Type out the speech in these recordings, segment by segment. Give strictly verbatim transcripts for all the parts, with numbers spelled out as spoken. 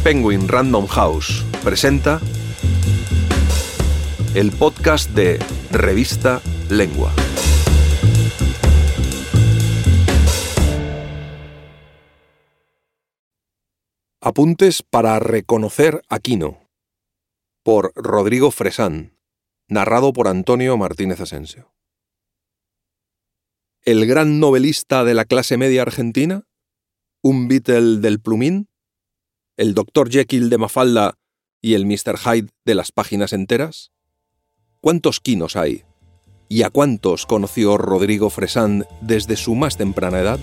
Penguin Random House presenta el podcast de Revista Lengua. Apuntes para reconocer a Quino, por Rodrigo Fresán, narrado por Antonio Martínez Asensio. ¿El gran novelista de la clase media argentina? ¿Un Beatle del plumín? ¿El doctor Jekyll de Mafalda y el mister Hyde de las páginas enteras? ¿Cuántos Quinos hay? ¿Y a cuántos conoció Rodrigo Fresán desde su más temprana edad?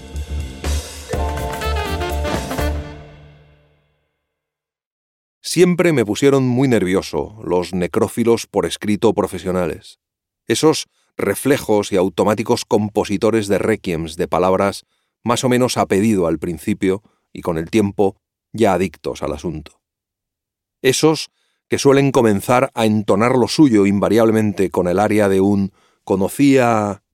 Siempre me pusieron muy nervioso los necrófilos por escrito profesionales, esos reflejos y automáticos compositores de requiems de palabras más o menos a pedido al principio y con el tiempo ya adictos al asunto. Esos que suelen comenzar a entonar lo suyo invariablemente con el aria de un «conocía».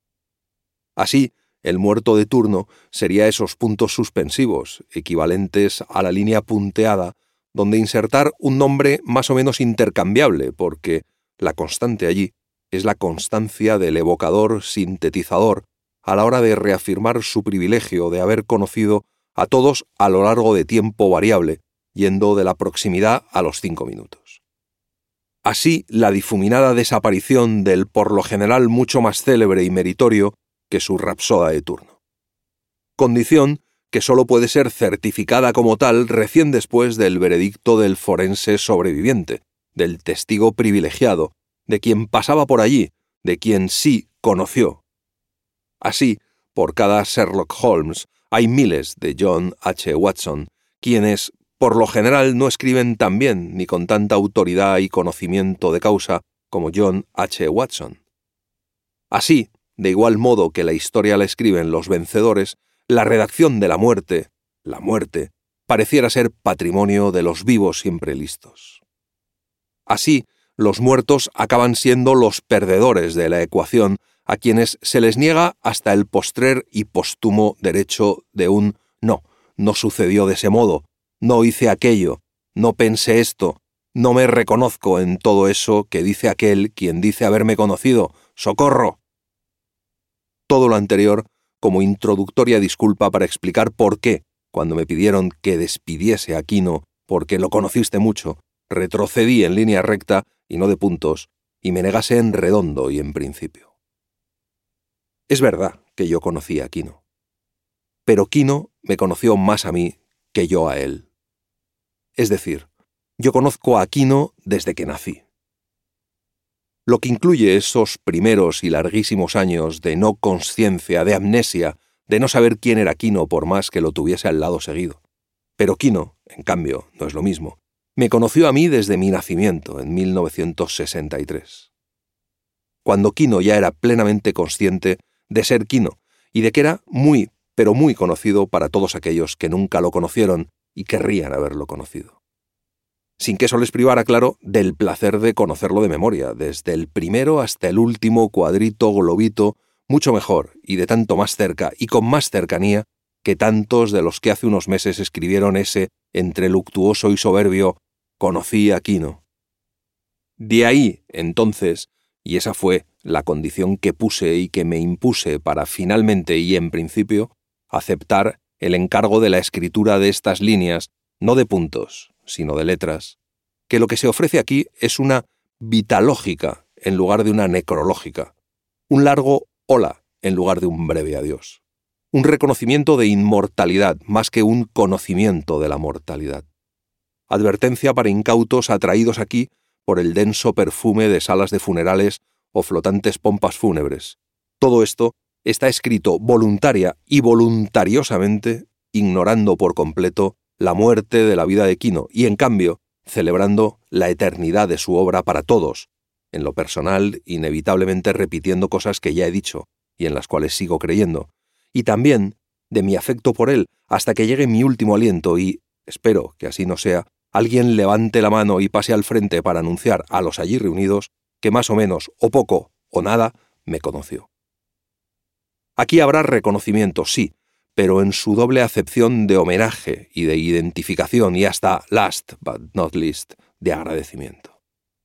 Así, el muerto de turno sería esos puntos suspensivos, equivalentes a la línea punteada, donde insertar un nombre más o menos intercambiable, porque la constante allí es la constancia del evocador sintetizador a la hora de reafirmar su privilegio de haber conocido a todos a lo largo de tiempo variable, yendo de la proximidad a los cinco minutos. Así, la difuminada desaparición del por lo general mucho más célebre y meritorio que su rapsoda de turno. Condición que sólo puede ser certificada como tal recién después del veredicto del forense sobreviviente, del testigo privilegiado, de quien pasaba por allí, de quien sí conoció. Así, por cada Sherlock Holmes, hay miles de John H. Watson, quienes, por lo general, no escriben tan bien ni con tanta autoridad y conocimiento de causa como John H. Watson. Así, de igual modo que la historia la escriben los vencedores, la redacción de la muerte, la muerte, pareciera ser patrimonio de los vivos siempre listos. Así, los muertos acaban siendo los perdedores de la ecuación, a quienes se les niega hasta el postrer y póstumo derecho de un «no, no sucedió de ese modo, no hice aquello, no pensé esto, no me reconozco en todo eso que dice aquel quien dice haberme conocido, ¡socorro!». Todo lo anterior como introductoria disculpa para explicar por qué, cuando me pidieron que despidiese a Quino porque lo conociste mucho, retrocedí en línea recta y no de puntos, y me negase en redondo y en principio. Es verdad que yo conocí a Quino, pero Quino me conoció más a mí que yo a él. Es decir, yo conozco a Quino desde que nací. Lo que incluye esos primeros y larguísimos años de no consciencia, de amnesia, de no saber quién era Quino por más que lo tuviese al lado seguido. Pero Quino, en cambio, no es lo mismo. Me conoció a mí desde mi nacimiento, en mil novecientos sesenta y tres. Cuando Quino ya era plenamente consciente de ser Quino y de que era muy, pero muy conocido para todos aquellos que nunca lo conocieron y querrían haberlo conocido. Sin que eso les privara, claro, del placer de conocerlo de memoria, desde el primero hasta el último cuadrito, globito, mucho mejor y de tanto más cerca y con más cercanía que tantos de los que hace unos meses escribieron ese, entre luctuoso y soberbio, «conocí a Quino». De ahí, entonces, y esa fue la condición que puse y que me impuse para finalmente y en principio aceptar el encargo de la escritura de estas líneas, no de puntos, sino de letras, que lo que se ofrece aquí es una vitalógica en lugar de una necrológica, un largo hola en lugar de un breve adiós, un reconocimiento de inmortalidad más que un conocimiento de la mortalidad. Advertencia para incautos atraídos aquí por el denso perfume de salas de funerales o flotantes pompas fúnebres. Todo esto está escrito voluntaria y voluntariosamente, ignorando por completo la muerte de la vida de Quino y, en cambio, celebrando la eternidad de su obra para todos, en lo personal, inevitablemente repitiendo cosas que ya he dicho y en las cuales sigo creyendo, y también de mi afecto por él hasta que llegue mi último aliento y, espero que así no sea, alguien levante la mano y pase al frente para anunciar a los allí reunidos que más o menos, o poco, o nada, me conoció. Aquí habrá reconocimiento, sí, pero en su doble acepción de homenaje y de identificación y hasta, last but not least, de agradecimiento.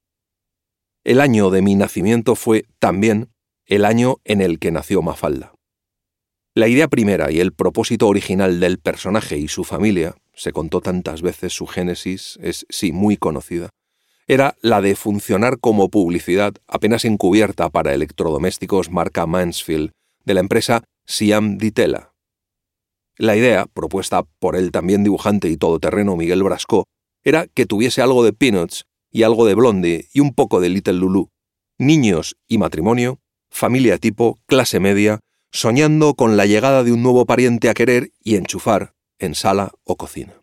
El año de mi nacimiento fue también el año en el que nació Mafalda. La idea primera y el propósito original del personaje y su familia, se contó tantas veces su génesis, es sí muy conocida, era la de funcionar como publicidad apenas encubierta para electrodomésticos marca Mansfield de la empresa Siam Di Tela. La idea, propuesta por el también dibujante y todoterreno Miguel Brasco, era que tuviese algo de Peanuts y algo de Blondie y un poco de Little Lulu, niños y matrimonio, familia tipo, clase media, soñando con la llegada de un nuevo pariente a querer y enchufar en sala o cocina.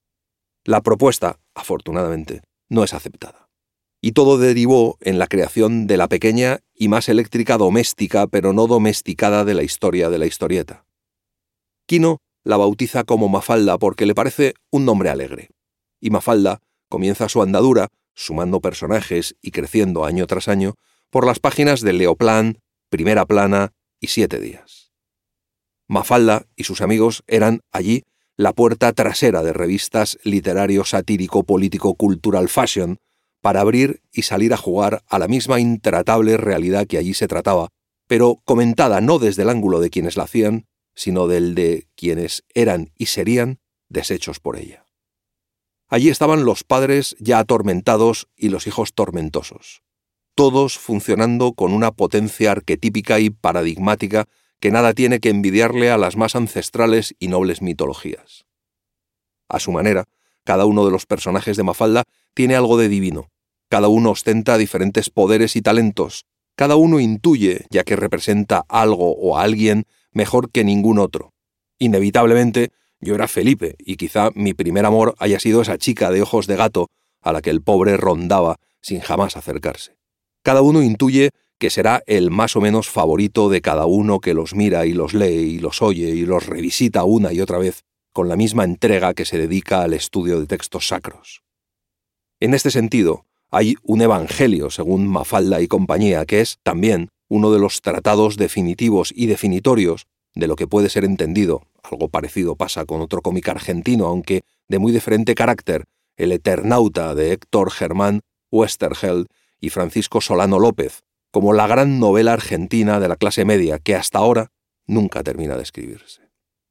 La propuesta, afortunadamente, no es aceptada. Y todo derivó en la creación de la pequeña y más eléctrica doméstica pero no domesticada de la historia de la historieta. Quino la bautiza como Mafalda porque le parece un nombre alegre. Y Mafalda comienza su andadura, sumando personajes y creciendo año tras año, por las páginas de Leoplan, Primera Plana y Siete Días. Mafalda y sus amigos eran allí la puerta trasera de revistas literario-satírico-político-cultural fashion para abrir y salir a jugar a la misma intratable realidad que allí se trataba, pero comentada no desde el ángulo de quienes la hacían, sino del de quienes eran y serían deshechos por ella. Allí estaban los padres ya atormentados y los hijos tormentosos, todos funcionando con una potencia arquetípica y paradigmática que nada tiene que envidiarle a las más ancestrales y nobles mitologías. A su manera, cada uno de los personajes de Mafalda tiene algo de divino, cada uno ostenta diferentes poderes y talentos, cada uno intuye, ya que representa algo o a alguien mejor que ningún otro. Inevitablemente, yo era Felipe, y quizá mi primer amor haya sido esa chica de ojos de gato a la que el pobre rondaba sin jamás acercarse. Cada uno intuye que será el más o menos favorito de cada uno que los mira y los lee y los oye y los revisita una y otra vez con la misma entrega que se dedica al estudio de textos sacros. En este sentido, hay un evangelio, según Mafalda y compañía, que es también uno de los tratados definitivos y definitorios de lo que puede ser entendido. Algo parecido pasa con otro cómic argentino, aunque de muy diferente carácter, El Eternauta de Héctor Germán Westerheld y Francisco Solano López, como la gran novela argentina de la clase media que hasta ahora nunca termina de escribirse.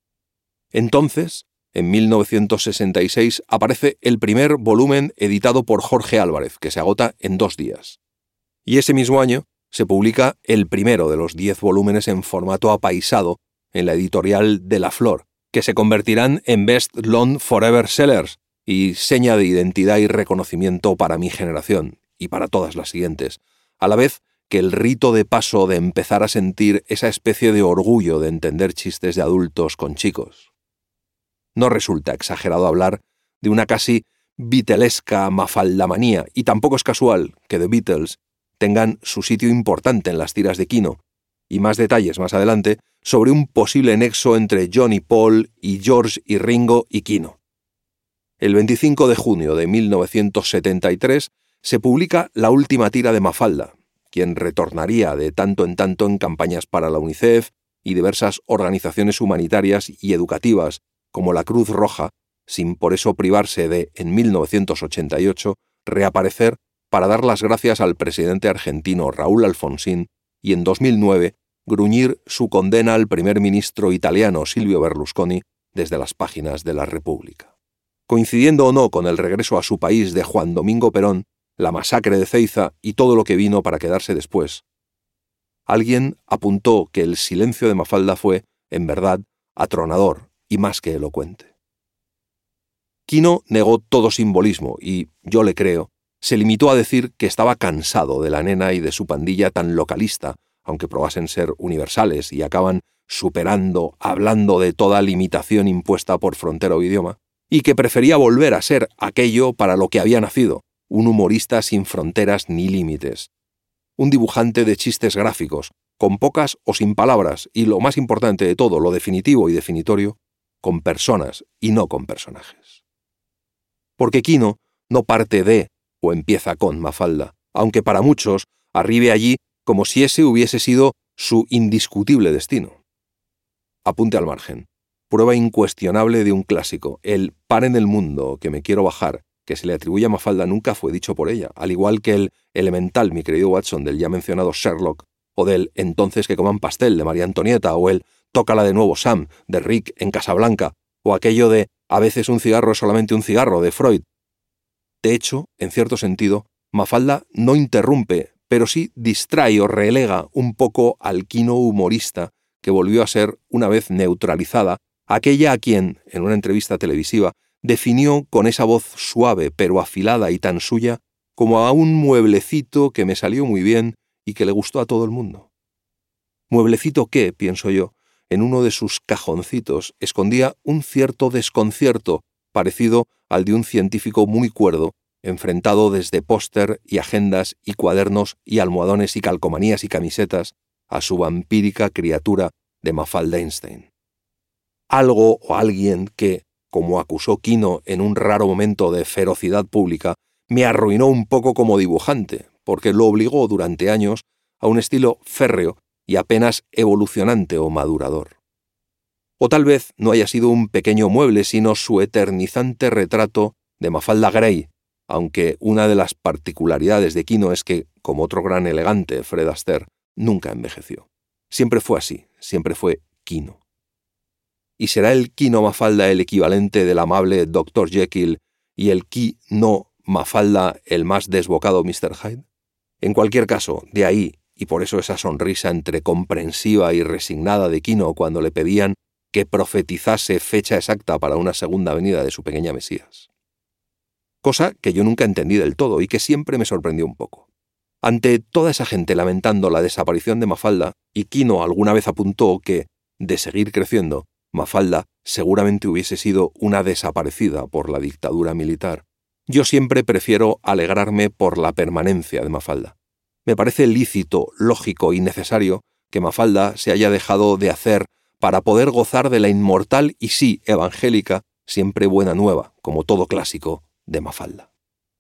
Entonces, en mil novecientos sesenta y seis, aparece el primer volumen editado por Jorge Álvarez, que se agota en dos días. Y ese mismo año se publica el primero de los diez volúmenes en formato apaisado en la editorial de La Flor, que se convertirán en Best Long Forever Sellers y seña de identidad y reconocimiento para mi generación y para todas las siguientes, a la vez que el rito de paso de empezar a sentir esa especie de orgullo de entender chistes de adultos con chicos. No resulta exagerado hablar de una casi beatlesca mafaldamanía, y tampoco es casual que The Beatles tengan su sitio importante en las tiras de Quino, y más detalles más adelante sobre un posible nexo entre John y Paul y George y Ringo y Quino. El veinticinco de junio de mil novecientos setenta y tres se publica la última tira de Mafalda, quien retornaría de tanto en tanto en campañas para la UNICEF y diversas organizaciones humanitarias y educativas como la Cruz Roja, sin por eso privarse de, en mil novecientos ochenta y ocho, reaparecer para dar las gracias al presidente argentino Raúl Alfonsín y en dos mil nueve gruñir su condena al primer ministro italiano Silvio Berlusconi desde las páginas de La República. Coincidiendo o no con el regreso a su país de Juan Domingo Perón, la masacre de Ceiza y todo lo que vino para quedarse después, alguien apuntó que el silencio de Mafalda fue, en verdad, atronador y más que elocuente. Quino negó todo simbolismo y, yo le creo, se limitó a decir que estaba cansado de la nena y de su pandilla tan localista, aunque probasen ser universales y acaban superando, hablando de toda limitación impuesta por frontera o idioma, y que prefería volver a ser aquello para lo que había nacido, un humorista sin fronteras ni límites, un dibujante de chistes gráficos, con pocas o sin palabras, y lo más importante de todo, lo definitivo y definitorio, con personas y no con personajes. Porque Quino no parte de o empieza con Mafalda, aunque para muchos arribe allí como si ese hubiese sido su indiscutible destino. Apunte al margen. prueba incuestionable de un clásico, el paren el mundo, que me quiero bajar, que se le atribuye a Mafalda, nunca fue dicho por ella, al igual que el elemental, mi querido Watson, del ya mencionado Sherlock, o del entonces que coman pastel, de María Antonieta, o el tócala de nuevo Sam, de Rick en Casablanca, o aquello de a veces un cigarro es solamente un cigarro, de Freud. De hecho, en cierto sentido, Mafalda no interrumpe, pero sí distrae o relega un poco al Quino humorista que volvió a ser, una vez neutralizada, aquella a quien, en una entrevista televisiva, definió con esa voz suave pero afilada y tan suya como a un mueblecito que me salió muy bien y que le gustó a todo el mundo. Mueblecito que, pienso yo, en uno de sus cajoncitos escondía un cierto desconcierto parecido al de un científico muy cuerdo, enfrentado desde póster y agendas y cuadernos y almohadones y calcomanías y camisetas a su vampírica criatura de Mafalda Einstein. Algo o alguien que, como acusó Quino en un raro momento de ferocidad pública, me arruinó un poco como dibujante, porque lo obligó durante años a un estilo férreo y apenas evolucionante o madurador. O tal vez no haya sido un pequeño mueble, sino su eternizante retrato de Mafalda Grey, aunque una de las particularidades de Quino es que, como otro gran elegante, Fred Astaire, nunca envejeció. Siempre fue así, siempre fue Quino. ¿Y será el Quino Mafalda el equivalente del amable doctor Jekyll y el Quino Mafalda el más desbocado mister Hyde? En cualquier caso, de ahí, y por eso esa sonrisa entre comprensiva y resignada de Quino cuando le pedían que profetizase fecha exacta para una segunda venida de su pequeña Mesías. Cosa que yo nunca entendí del todo y que siempre me sorprendió un poco. Ante toda esa gente lamentando la desaparición de Mafalda, y Quino alguna vez apuntó que, de seguir creciendo, Mafalda seguramente hubiese sido una desaparecida por la dictadura militar, yo siempre prefiero alegrarme por la permanencia de Mafalda. Me parece lícito, lógico y necesario que Mafalda se haya dejado de hacer para poder gozar de la inmortal y sí evangélica, siempre buena nueva, como todo clásico, de Mafalda.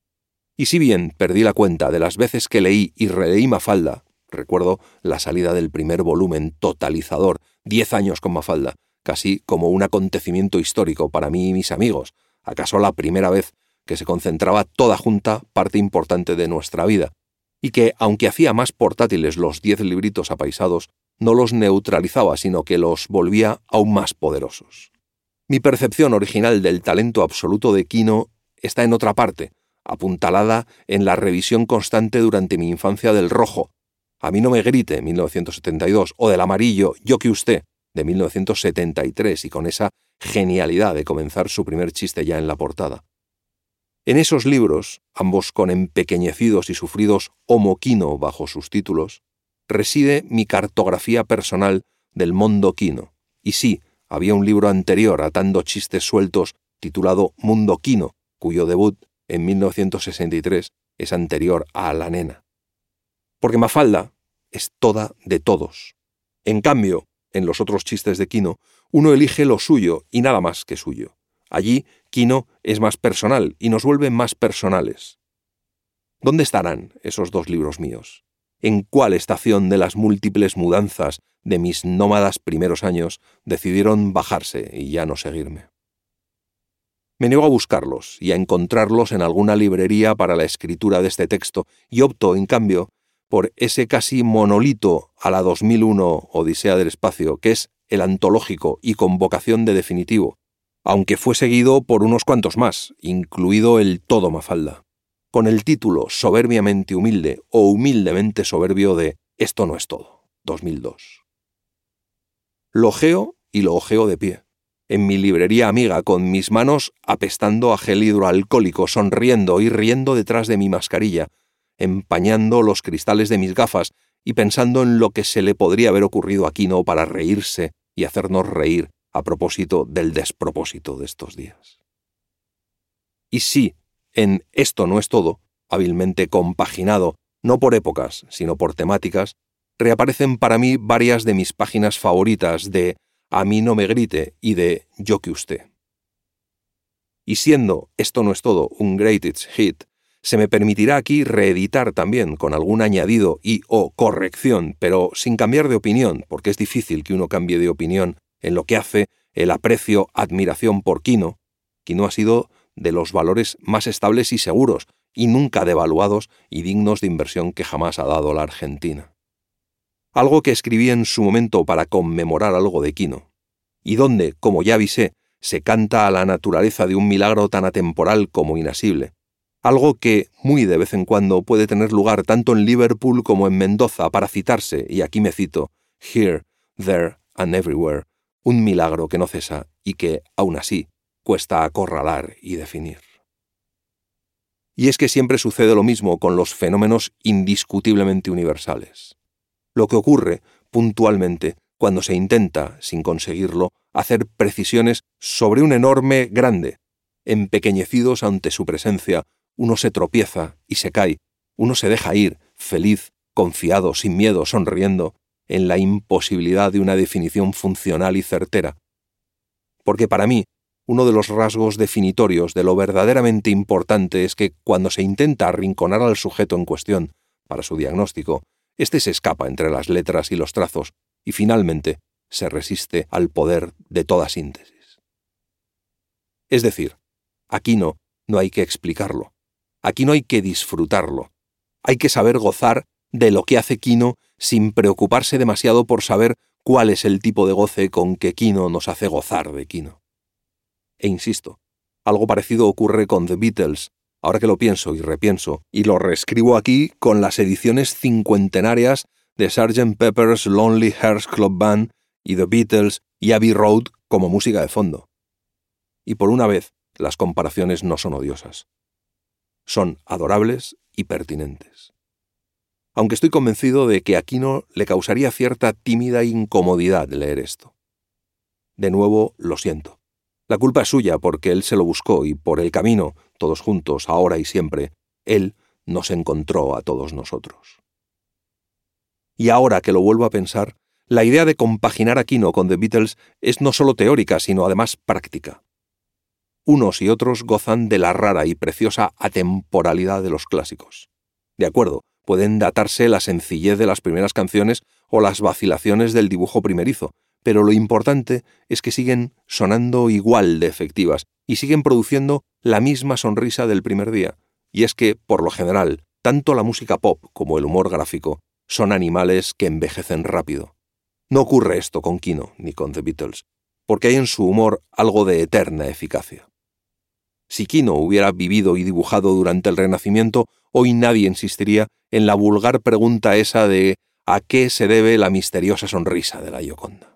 Y si bien perdí la cuenta de las veces que leí y releí Mafalda, recuerdo la salida del primer volumen totalizador, diez años con Mafalda, casi como un acontecimiento histórico para mí y mis amigos, acaso la primera vez que se concentraba toda junta parte importante de nuestra vida, y que, aunque hacía más portátiles los diez libritos apaisados, no los neutralizaba, sino que los volvía aún más poderosos. Mi percepción original del talento absoluto de Quino está en otra parte, apuntalada en la revisión constante durante mi infancia del Rojo, A mí no me grite, mil novecientos setenta y dos, o del Amarillo, Yo que usted, de mil novecientos setenta y tres, y con esa genialidad de comenzar su primer chiste ya en la portada. En esos libros, ambos con empequeñecidos y sufridos Homo Quino bajo sus títulos, reside mi cartografía personal del mundo Quino. Y sí, había un libro anterior atando chistes sueltos titulado Mundo Quino, cuyo debut en mil novecientos sesenta y tres es anterior a La Nena. Porque Mafalda es toda de todos. En cambio, en los otros chistes de Quino, uno elige lo suyo y nada más que suyo. Allí, Quino es más personal y nos vuelve más personales. ¿Dónde estarán esos dos libros míos? ¿En cuál estación de las múltiples mudanzas de mis nómadas primeros años decidieron bajarse y ya no seguirme? Me niego a buscarlos y a encontrarlos en alguna librería para la escritura de este texto y opto, en cambio, por ese casi monolito a la dos mil uno Odisea del Espacio, que es el antológico y con vocación de definitivo, aunque fue seguido por unos cuantos más, incluido el Todo Mafalda, con el título soberbiamente humilde o humildemente soberbio de Esto no es todo, dos mil dos. Lo ojeo y lo ojeo de pie, en mi librería amiga, con mis manos apestando a gel hidroalcohólico, sonriendo y riendo detrás de mi mascarilla, empañando los cristales de mis gafas y pensando en lo que se le podría haber ocurrido a Quino para reírse y hacernos reír a propósito del despropósito de estos días. Y sí, en Esto no es todo, hábilmente compaginado, no por épocas, sino por temáticas, reaparecen para mí varias de mis páginas favoritas de A mí no me grite y de Yo que usted. Y siendo Esto no es todo un greatest hit, se me permitirá aquí reeditar también con algún añadido y o corrección, pero sin cambiar de opinión, porque es difícil que uno cambie de opinión en lo que hace el aprecio, admiración por Quino, Quino ha sido de los valores más estables y seguros, y nunca devaluados y dignos de inversión que jamás ha dado la Argentina. Algo que escribí en su momento para conmemorar algo de Quino, y donde, como ya avisé, se canta a la naturaleza de un milagro tan atemporal como inasible. Algo que, muy de vez en cuando, puede tener lugar tanto en Liverpool como en Mendoza, para citarse, y aquí me cito, here, there and everywhere, un milagro que no cesa y que, aún así, cuesta acorralar y definir. Y es que siempre sucede lo mismo con los fenómenos indiscutiblemente universales. Lo que ocurre, puntualmente, cuando se intenta, sin conseguirlo, hacer precisiones sobre un enorme grande. Empequeñecidos ante su presencia, uno se tropieza y se cae, uno se deja ir, feliz, confiado, sin miedo, sonriendo, en la imposibilidad de una definición funcional y certera. Porque para mí, uno de los rasgos definitorios de lo verdaderamente importante es que cuando se intenta arrinconar al sujeto en cuestión para su diagnóstico, éste se escapa entre las letras y los trazos y finalmente se resiste al poder de toda síntesis. Es decir, aquí no, no hay que explicarlo, aquí no hay que disfrutarlo, hay que saber gozar de lo que hace Quino sin preocuparse demasiado por saber cuál es el tipo de goce con que Quino nos hace gozar de Quino. E insisto, algo parecido ocurre con The Beatles, ahora que lo pienso y repienso, y lo reescribo aquí con las ediciones cincuentenarias de sergeant Pepper's Lonely Hearts Club Band y The Beatles y Abbey Road como música de fondo. Y por una vez, las comparaciones no son odiosas. Son adorables y pertinentes. Aunque estoy convencido de que a Quino le causaría cierta tímida incomodidad leer esto. De nuevo, lo siento. La culpa es suya porque él se lo buscó y por el camino, todos juntos, ahora y siempre, él nos encontró a todos nosotros. Y ahora que lo vuelvo a pensar, la idea de compaginar a Quino con The Beatles es no solo teórica, sino además práctica. Unos y otros gozan de la rara y preciosa atemporalidad de los clásicos. De acuerdo, pueden datarse la sencillez de las primeras canciones o las vacilaciones del dibujo primerizo, pero lo importante es que siguen sonando igual de efectivas y siguen produciendo la misma sonrisa del primer día. Y es que, por lo general, tanto la música pop como el humor gráfico son animales que envejecen rápido. No ocurre esto con Quino ni con The Beatles, porque hay en su humor algo de eterna eficacia. Si Quino hubiera vivido y dibujado durante el Renacimiento, hoy nadie insistiría en la vulgar pregunta esa de ¿a qué se debe la misteriosa sonrisa de la Gioconda?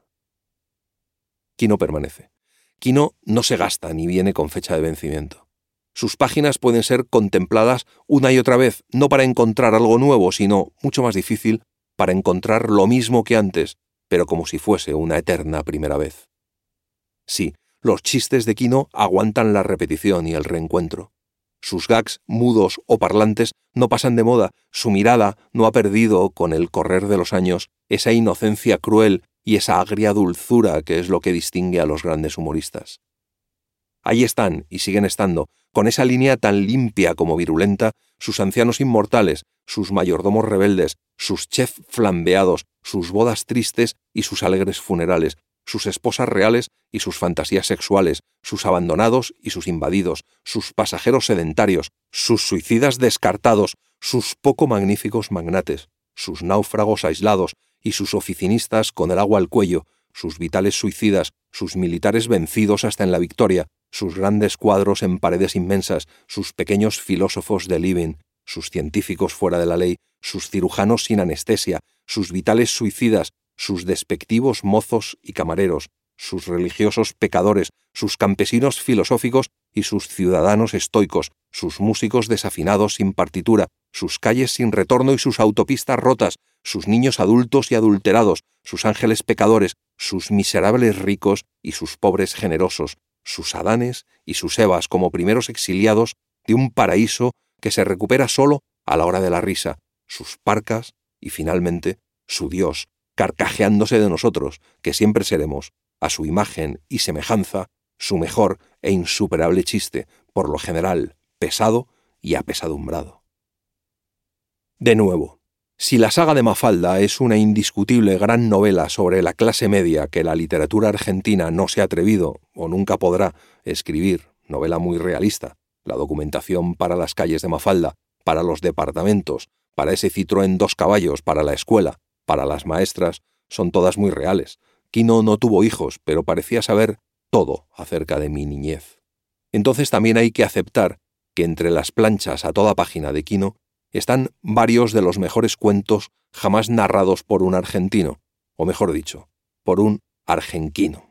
Quino permanece. Quino no se gasta ni viene con fecha de vencimiento. Sus páginas pueden ser contempladas una y otra vez, no para encontrar algo nuevo, sino, mucho más difícil, para encontrar lo mismo que antes, pero como si fuese una eterna primera vez. Sí, los chistes de Quino aguantan la repetición y el reencuentro. Sus gags, mudos o parlantes, no pasan de moda, su mirada no ha perdido, con el correr de los años, esa inocencia cruel y esa agria dulzura que es lo que distingue a los grandes humoristas. Ahí están, y siguen estando, con esa línea tan limpia como virulenta, sus ancianos inmortales, sus mayordomos rebeldes, sus chefs flambeados, sus bodas tristes y sus alegres funerales, sus esposas reales y sus fantasías sexuales, sus abandonados y sus invadidos, sus pasajeros sedentarios, sus suicidas descartados, sus poco magníficos magnates, sus náufragos aislados y sus oficinistas con el agua al cuello, sus vitales suicidas, sus militares vencidos hasta en la victoria, sus grandes cuadros en paredes inmensas, sus pequeños filósofos de living, sus científicos fuera de la ley, sus cirujanos sin anestesia, sus vitales suicidas, sus despectivos mozos y camareros, sus religiosos pecadores, sus campesinos filosóficos y sus ciudadanos estoicos, sus músicos desafinados sin partitura, sus calles sin retorno y sus autopistas rotas, sus niños adultos y adulterados, sus ángeles pecadores, sus miserables ricos y sus pobres generosos, sus Adanes y sus Evas como primeros exiliados de un paraíso que se recupera solo a la hora de la risa, sus parcas y, finalmente, su Dios, carcajeándose de nosotros, que siempre seremos, a su imagen y semejanza, su mejor e insuperable chiste, por lo general pesado y apesadumbrado. De nuevo, Si la saga de Mafalda es una indiscutible gran novela sobre la clase media que la literatura argentina no se ha atrevido o nunca podrá escribir, novela muy realista, la documentación para las calles de Mafalda, para los departamentos, para ese Citroën dos caballos, para la escuela, para las maestras, son todas muy reales. Quino no tuvo hijos, pero parecía saber todo acerca de mi niñez. Entonces también hay que aceptar que entre las planchas a toda página de Quino están varios de los mejores cuentos jamás narrados por un argentino, o mejor dicho, por un argenquino.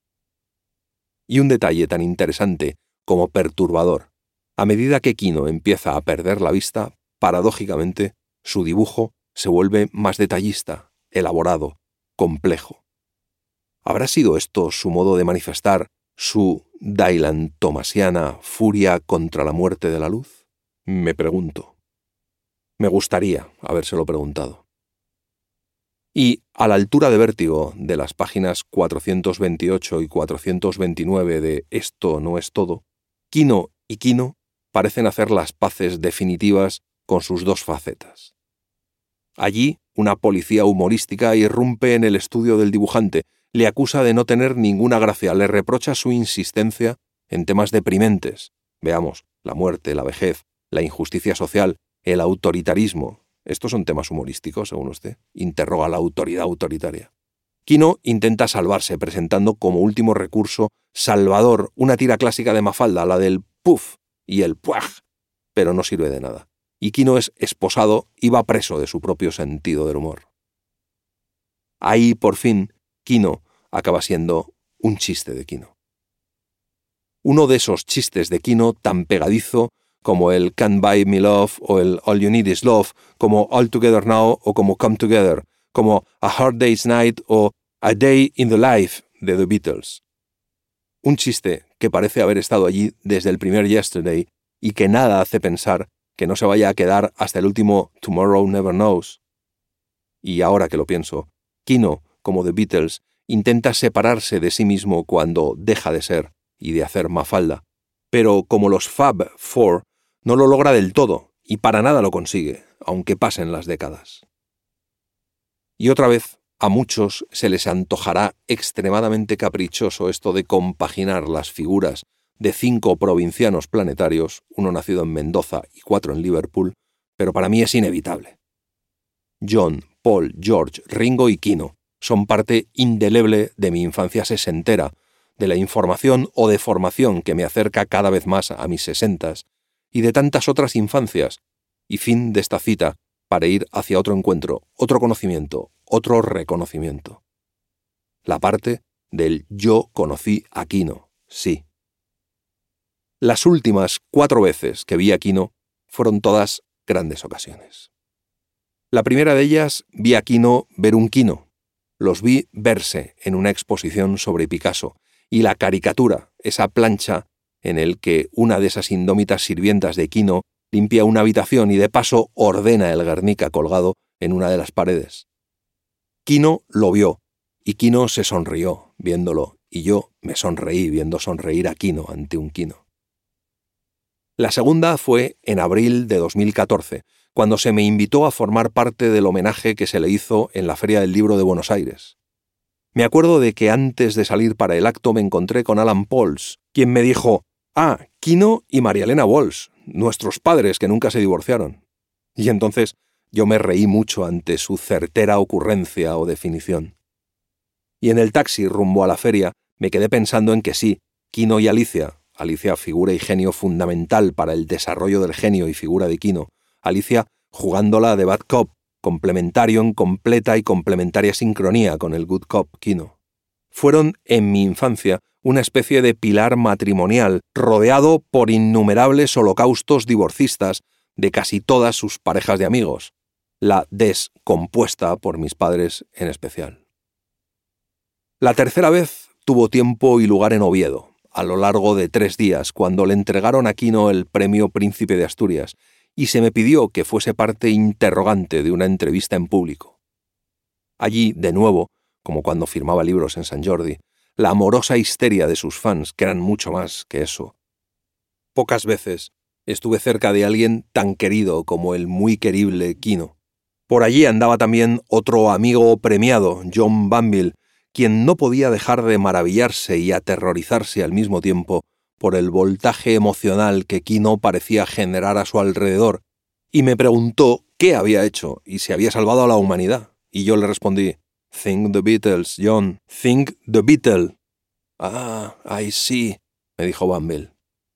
Y un detalle tan interesante como perturbador. A medida que Quino empieza a perder la vista, paradójicamente, su dibujo se vuelve más detallista, elaborado, complejo. ¿Habrá sido esto su modo de manifestar su dylan-tomasiana furia contra la muerte de la luz? Me pregunto. Me gustaría habérselo preguntado. Y a la altura de vértigo de las páginas cuatrocientos veintiocho y cuatrocientos veintinueve de Esto no es todo, Quino y Quino parecen hacer las paces definitivas con sus dos facetas. Allí, una policía humorística irrumpe en el estudio del dibujante, le acusa de no tener ninguna gracia, le reprocha su insistencia en temas deprimentes. Veamos, la muerte, la vejez, la injusticia social, el autoritarismo. ¿Estos son temas humorísticos, según usted? Interroga la autoridad autoritaria. Quino intenta salvarse presentando como último recurso Salvador, una tira clásica de Mafalda, la del puff y el puaj, pero no sirve de nada. Y Quino es esposado y va preso de su propio sentido del humor. Ahí, por fin, Quino acaba siendo un chiste de Quino. Uno de esos chistes de Quino tan pegadizo como el Can't Buy Me Love o el All You Need Is Love, como All Together Now o como Come Together, como A Hard Day's Night o A Day in the Life de The Beatles. Un chiste que parece haber estado allí desde el primer Yesterday y que nada hace pensar que no se vaya a quedar hasta el último Tomorrow Never Knows. Y ahora que lo pienso, Quino, como The Beatles, intenta separarse de sí mismo cuando deja de ser y de hacer Mafalda, pero como los Fab Four, no lo logra del todo y para nada lo consigue, aunque pasen las décadas. Y otra vez, a muchos se les antojará extremadamente caprichoso esto de compaginar las figuras de cinco provincianos planetarios, uno nacido en Mendoza y cuatro en Liverpool, pero para mí es inevitable. John, Paul, George, Ringo y Quino son parte indeleble de mi infancia sesentera, de la información o deformación que me acerca cada vez más a mis sesentas, y de tantas otras infancias, y fin de esta cita para ir hacia otro encuentro, otro conocimiento, otro reconocimiento. La parte del yo conocí a Quino, sí. Las últimas cuatro veces que vi a Quino fueron todas grandes ocasiones. La primera de ellas vi a Quino ver un Quino. Los vi verse en una exposición sobre Picasso, y la caricatura, esa plancha en el que una de esas indómitas sirvientas de Quino limpia una habitación y de paso ordena el Guernica colgado en una de las paredes. Quino lo vio, y Quino se sonrió viéndolo, y yo me sonreí viendo sonreír a Quino ante un Quino. La segunda fue en abril de dos mil catorce, cuando se me invitó a formar parte del homenaje que se le hizo en la Feria del Libro de Buenos Aires. Me acuerdo de que antes de salir para el acto me encontré con Alan Pauls, quien me dijo: «Ah, Quino y María Elena Walsh, nuestros padres que nunca se divorciaron». Y entonces yo me reí mucho ante su certera ocurrencia o definición. Y en el taxi rumbo a la feria me quedé pensando en que sí, Quino y Alicia, Alicia figura y genio fundamental para el desarrollo del genio y figura de Quino, Alicia jugándola de bad cop, complementario en completa y complementaria sincronía con el good cop Quino. Fueron, en mi infancia, una especie de pilar matrimonial, rodeado por innumerables holocaustos divorcistas de casi todas sus parejas de amigos, la descompuesta por mis padres en especial. La tercera vez tuvo tiempo y lugar en Oviedo, a lo largo de tres días, cuando le entregaron a Quino el premio Príncipe de Asturias, y se me pidió que fuese parte interrogante de una entrevista en público. Allí, de nuevo, como cuando firmaba libros en San Jordi, la amorosa histeria de sus fans, que eran mucho más que eso. Pocas veces estuve cerca de alguien tan querido como el muy querible Quino, Por allí andaba también otro amigo premiado, John Banville, quien no podía dejar de maravillarse y aterrorizarse al mismo tiempo por el voltaje emocional que Kino parecía generar a su alrededor, y me preguntó qué había hecho y si había salvado a la humanidad. Y yo le respondí, "Think the Beatles, John, think the Beatles." "Ah, I see", me dijo Banville.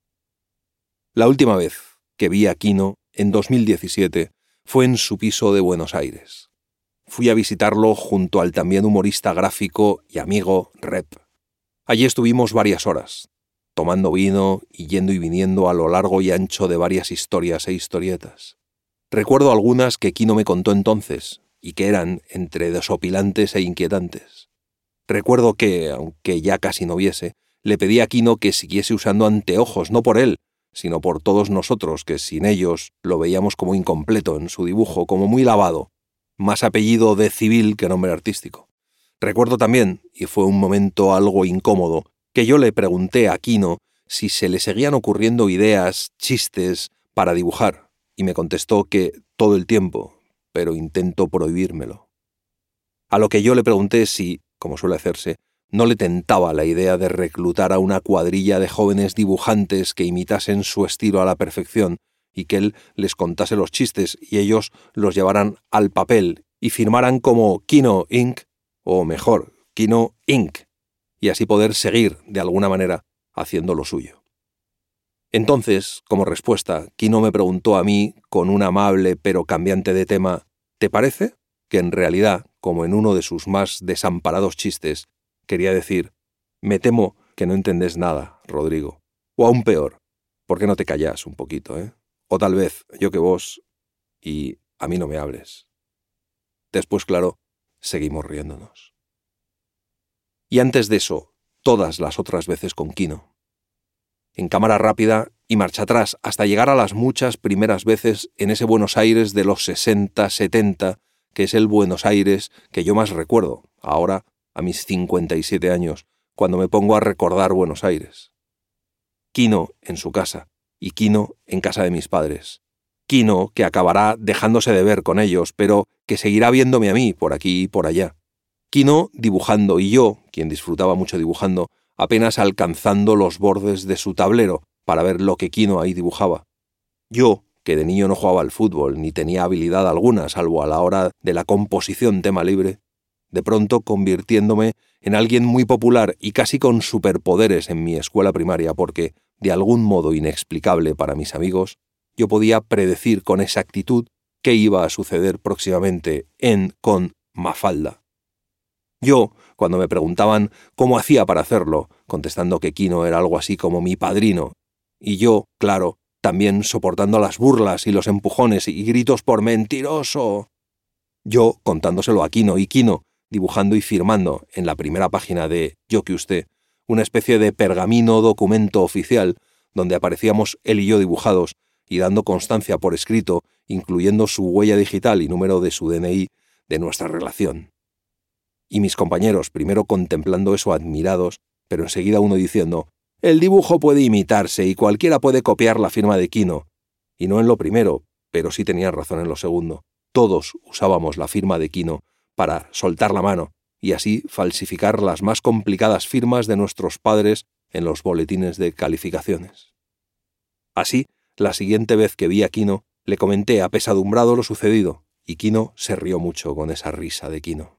La última vez que vi a Kino, en dos mil diecisiete, fue en su piso de Buenos Aires. Fui a visitarlo junto al también humorista gráfico y amigo Rep. Allí estuvimos varias horas, tomando vino y yendo y viniendo a lo largo y ancho de varias historias e historietas. Recuerdo algunas que Kino me contó entonces, y que eran entre desopilantes e inquietantes. Recuerdo que, aunque ya casi no viese, le pedí a Kino que siguiese usando anteojos, no por él, sino por todos nosotros, que sin ellos lo veíamos como incompleto en su dibujo, como muy lavado, más apellido de civil que nombre artístico. Recuerdo también, y fue un momento algo incómodo, que yo le pregunté a Kino si se le seguían ocurriendo ideas, chistes, para dibujar, y me contestó que todo el tiempo, pero intento prohibírmelo. A lo que yo le pregunté si, como suele hacerse, no le tentaba la idea de reclutar a una cuadrilla de jóvenes dibujantes que imitasen su estilo a la perfección y que él les contase los chistes y ellos los llevaran al papel y firmaran como Kino Incorporated, o mejor, Kino Incorporated, y así poder seguir, de alguna manera, haciendo lo suyo. Entonces, como respuesta, Kino me preguntó a mí, con un amable pero cambiante de tema, ¿te parece que en realidad, como en uno de sus más desamparados chistes, quería decir, me temo que no entendés nada, Rodrigo? O aún peor, ¿por qué no te callás un poquito, eh? O tal vez, yo que vos, y a mí no me hables. Después, claro, seguimos riéndonos. Y antes de eso, todas las otras veces con Kino. En cámara rápida y marcha atrás, hasta llegar a las muchas primeras veces en ese Buenos Aires de los sesenta, setenta, que es el Buenos Aires que yo más recuerdo, ahora a mis cincuenta y siete años, cuando me pongo a recordar Buenos Aires. Kino en su casa, y Kino en casa de mis padres. Kino que acabará dejándose de ver con ellos, pero que seguirá viéndome a mí por aquí y por allá. Kino dibujando y yo, quien disfrutaba mucho dibujando, apenas alcanzando los bordes de su tablero para ver lo que Kino ahí dibujaba. Yo, que de niño no jugaba al fútbol ni tenía habilidad alguna salvo a la hora de la composición tema libre, de pronto convirtiéndome en alguien muy popular y casi con superpoderes en mi escuela primaria porque, de algún modo inexplicable para mis amigos, yo podía predecir con exactitud qué iba a suceder próximamente en con Mafalda. Yo, cuando me preguntaban cómo hacía para hacerlo, contestando que Kino era algo así como mi padrino, y yo, claro, también soportando las burlas y los empujones y gritos por mentiroso. Yo contándoselo a Kino y Kino dibujando y firmando en la primera página de Yo que usted, una especie de pergamino documento oficial donde aparecíamos él y yo dibujados y dando constancia por escrito, incluyendo su huella digital y número de su D N I, de nuestra relación. Y mis compañeros primero contemplando eso admirados, pero enseguida uno diciendo, el dibujo puede imitarse y cualquiera puede copiar la firma de Kino. Y no en lo primero, pero sí tenían razón en lo segundo. Todos usábamos la firma de Kino para soltar la mano y así falsificar las más complicadas firmas de nuestros padres en los boletines de calificaciones. Así, la siguiente vez que vi a Kino, le comenté apesadumbrado lo sucedido, y Kino se rió mucho con esa risa de Kino.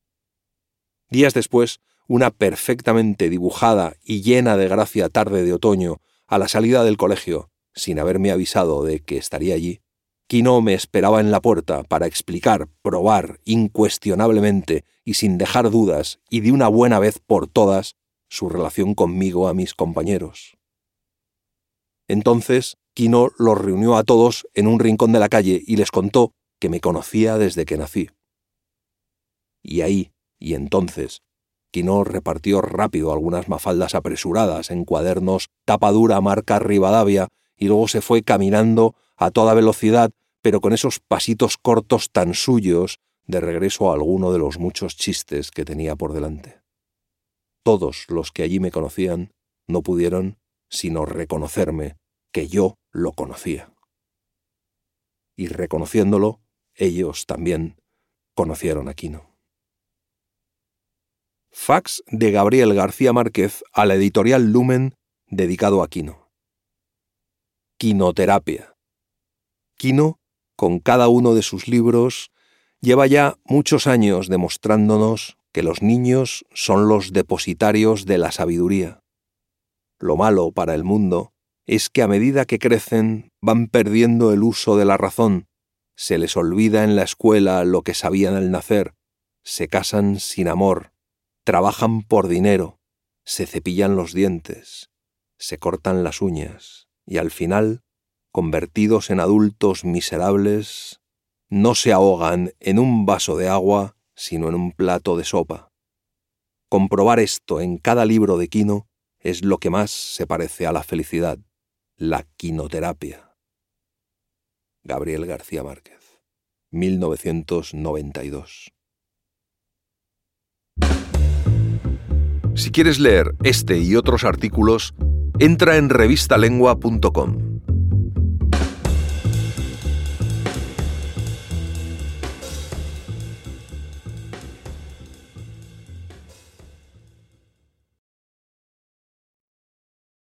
Días después, una perfectamente dibujada y llena de gracia tarde de otoño, a la salida del colegio, sin haberme avisado de que estaría allí, Kino me esperaba en la puerta para explicar, probar, incuestionablemente y sin dejar dudas, y de una buena vez por todas, su relación conmigo a mis compañeros. Entonces, Kino los reunió a todos en un rincón de la calle y les contó que me conocía desde que nací. Y ahí, y entonces, Kino repartió rápido algunas mafaldas apresuradas en cuadernos tapa dura marca Rivadavia y luego se fue caminando a toda velocidad, pero con esos pasitos cortos tan suyos, de regreso a alguno de los muchos chistes que tenía por delante. Todos los que allí me conocían no pudieron sino reconocerme que yo lo conocía. Y reconociéndolo, ellos también conocieron a Quino. Fax de Gabriel García Márquez a la editorial Lumen dedicado a Quino. Quinoterapia. Quino, con cada uno de sus libros, lleva ya muchos años demostrándonos que los niños son los depositarios de la sabiduría. Lo malo para el mundo es que a medida que crecen van perdiendo el uso de la razón, se les olvida en la escuela lo que sabían al nacer, se casan sin amor, trabajan por dinero, se cepillan los dientes, se cortan las uñas y al final, convertidos en adultos miserables, no se ahogan en un vaso de agua, sino en un plato de sopa. Comprobar esto en cada libro de Quino es lo que más se parece a la felicidad, la quinoterapia. Gabriel García Márquez, mil novecientos noventa y dos. Si quieres leer este y otros artículos, entra en revistalengua punto com.